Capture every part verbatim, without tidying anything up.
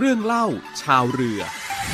เรื่องเล่าชาวเรือ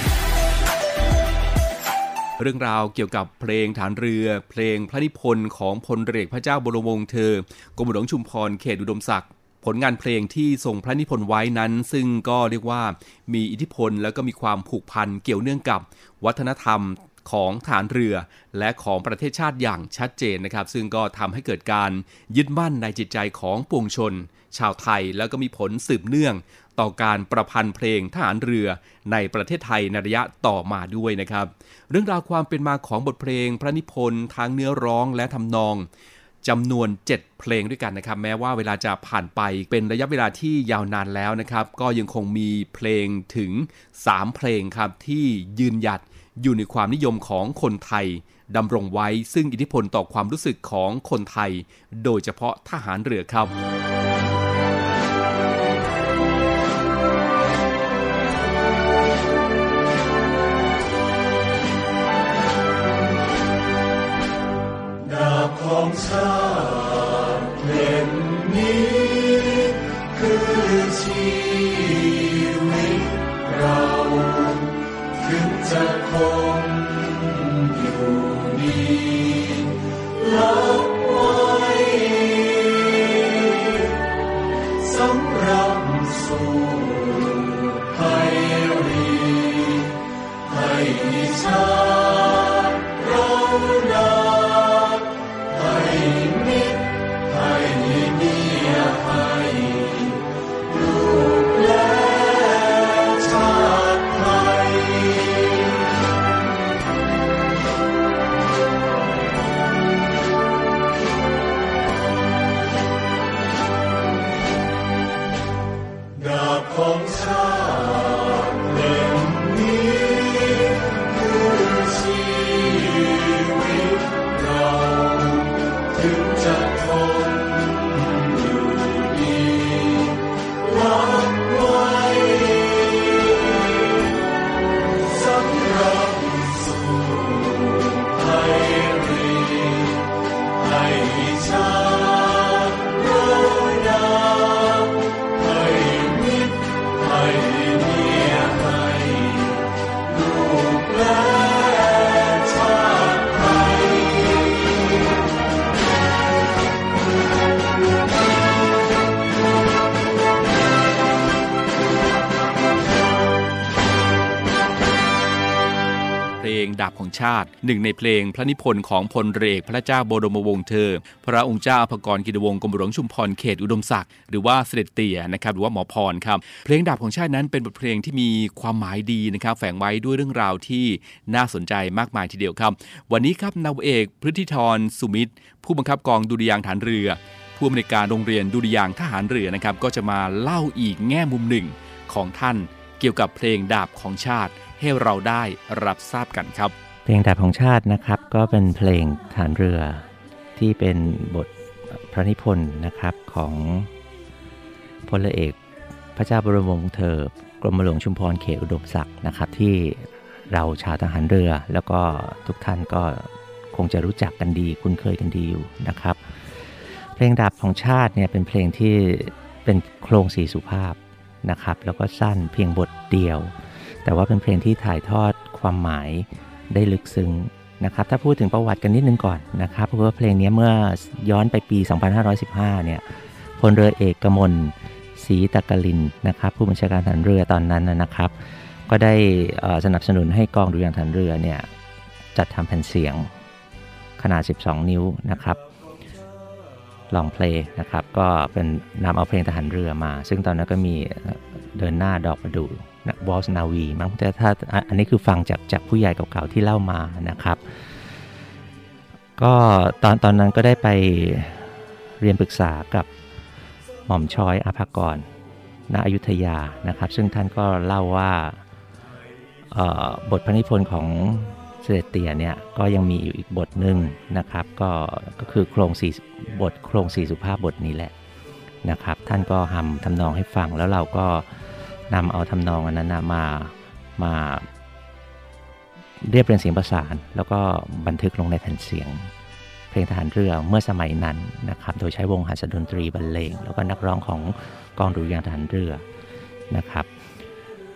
เรื่องราวเกี่ยวกับเพลงฐานเรือเพลงพระนิพนธ์ของพลเรือพระเจ้าบรมวงศ์เธอกรมหลวงชุมพรเขตอุดมศักดิ์ผลงานเพลงที่ทรงพระนิพนธ์ไว้นั้นซึ่งก็เรียกว่ามีอิทธิพลแล้วก็มีความผูกพันเกี่ยวเนื่องกับวัฒนธรรมของฐานเรือและของประเทศชาติอย่างชัดเจนนะครับซึ่งก็ทำให้เกิดการยึดมั่นในจิตใจของปวงชนชาวไทยแล้วก็มีผลสืบเนื่องต่อการประพันธ์เพลงทหารเรือในประเทศไทยในระยะต่อมาด้วยนะครับเรื่องราวความเป็นมาของบทเพลงพระนิพนธ์ทั้งเนื้อร้องและทำนองจำนวนเจ็ดเพลงด้วยกันนะครับแม้ว่าเวลาจะผ่านไปเป็นระยะเวลาที่ยาวนานแล้วนะครับก็ยังคงมีเพลงถึงสามเพลงครับที่ยืนหยัดอยู่ในความนิยมของคนไทยดำรงไว้ซึ่งอิทธิพลต่อความรู้สึกของคนไทยโดยเฉพาะทหารเรือครับดาบของชาติเล่มนี้คือชีวิตเราถึงจะคงอยู่ดีรับไว้สำหรับสู่ให้รีให้ชาติเรานาให้มิตรให้เมียให้ลูกและชาติไทยดาบของชาติเล่มนี้คือชีวิตเราถึงจะทนอยู่ดีรับไว้สำหรับสู่ให้รีให้ชาติเรานาให้มิตรให้เมียให้ลูกและชาติไทยเพลงดาบของชาติหนึ่งในเพลงพระนิพนธ์ของพลเรือพระเจ้าบรมวงศ์เธอพระองค์เจ้าอภกรกิติวงศ์กรมหลวงชุมพรเขตอุดมศักดิ์หรือว่าเสด็จเตี่ยนะครับหรือว่าหมอพรครับเพลงดาบของชาตินั้นเป็นบทเพลงที่มีความหมายดีนะครับแฝงไว้ด้วยเรื่องราวที่น่าสนใจมากมายทีเดียวครับวันนี้ครับนาวเอกพฤทธิธรสุมิตรผู้บังคับกองดุริยางค์ฐานเรือผู้อำนวยการโรงเรียนดุริยางค์ทหารเรือนะครับก็จะมาเล่าอีกแง่มุมหนึ่งของท่านเกี่ยวกับเพลงดาบของชาติให้เราได้รับทราบกันครับเพลงดาบของชาตินะครับก็เป็นเพลงฐานเรือที่เป็นบทพระนิพนธ์นะครับของพลเอกพระเจ้าบรมวงศ์เธอกรมหลวงชุมพรเขตอุดมศักดิ์นะครับที่เราชาวทหารเรือแล้วก็ทุกท่านก็คงจะรู้จักกันดีคุ้นเคยกันดีอยู่นะครับเพลงดาบของชาติเนี่ยเป็นเพลงที่เป็นโครงสี่สุภาพนะครับแล้วก็สั้นเพียงบทเดียวแต่ว่าเป็นเพลงที่ถ่ายทอดความหมายได้ลึกซึ้งนะครับถ้าพูดถึงประวัติกันนิดนึงก่อนนะครับเพราะว่าเพลงนี้เมื่อย้อนไปปีสองพันห้าร้อยสิบห้าเนี่ยพลเรือเอกกมลศรีตะกลินนะครับผู้บัญชาการทหารเรือตอนนั้นนะครับก็ได้สนับสนุนให้กองดุริยางค์ทหารเรือเนี่ยจัดทำแผ่นเสียงขนาดสิบสองนิ้วนะครับลองเพลงนะครับก็เป็นนำเอาเพลงทหารเรือมาซึ่งตอนนั้นก็มีเดินหน้าดอกประดู่วอลส์นาวีมั้งแต่ถ้าอันนี้คือฟังจากจากผู้ใหญ่เก่าๆที่เล่ามานะครับก็ตอนตอนนั้นก็ได้ไปเรียนปรึกษากับหม่อมช้อยอภากรณอยุธยานะครับซึ่งท่านก็เล่าว่าบทพระนิพนธ์ของเสด็จเตี่ยเนี่ยก็ยังมีอยู่อีกบทหนึ่งนะครับก็ก็คือโครงสี่บทโครงสี่สุภาพบทนี้แหละนะครับท่านก็ทำทำนองให้ฟังแล้วเราก็นำเอาทำนองอันนั้นมามาเรียบเรียงเสียงประสานแล้วก็บันทึกลงในแผ่นเสียงเพลงทหารเรือเมื่อสมัยนั้นนะครับโดยใช้วงหัสดนตรีบรรเลงแล้วก็นักร้องของกองดุริยางค์ทหารเรือนะครับ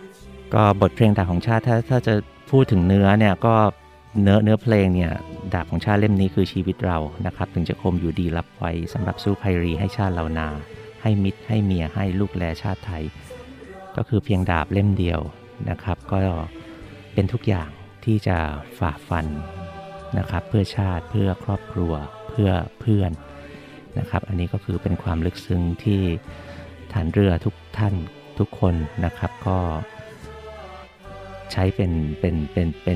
ก็บทเพลงดาบของชาติถ้าถ้าจะพูดถึงเนื้อเนี่ยก็เนื้อเนื้อเพลงเนี่ยดาบของชาติเล่มนี้คือชีวิตเรานะครับถึงจะคมอยู่ดีรับไว้สำหรับสู้ภัยรีให้ชาติเรานาให้มิตรให้เมียให้ลูกแลชาติไทยก็คือเพียงดาบเล่มเดียวนะครับก็เป็นทุกอย่างที่จะฝ่าฟันนะครับเพื่อชาติเพื่อครอบครัวเพื่อเพื่อนนะครับอันนี้ก็คือเป็นความลึกซึ้งที่ฐานเรือทุกท่านทุกคนนะครับก็ใช้เป็นเป็นเป็นเป็น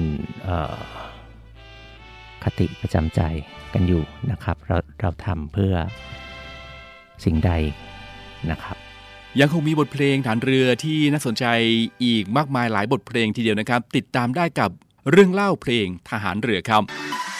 คติประจำใจกันอยู่นะครับเราเราทำเพื่อสิ่งใดนะครับยังคงมีบทเพลงฐานเรือที่น่าสนใจอีกมากมายหลายบทเพลงทีเดียวนะครับติดตามได้กับเรื่องเล่าเพลงทหารเรือครับ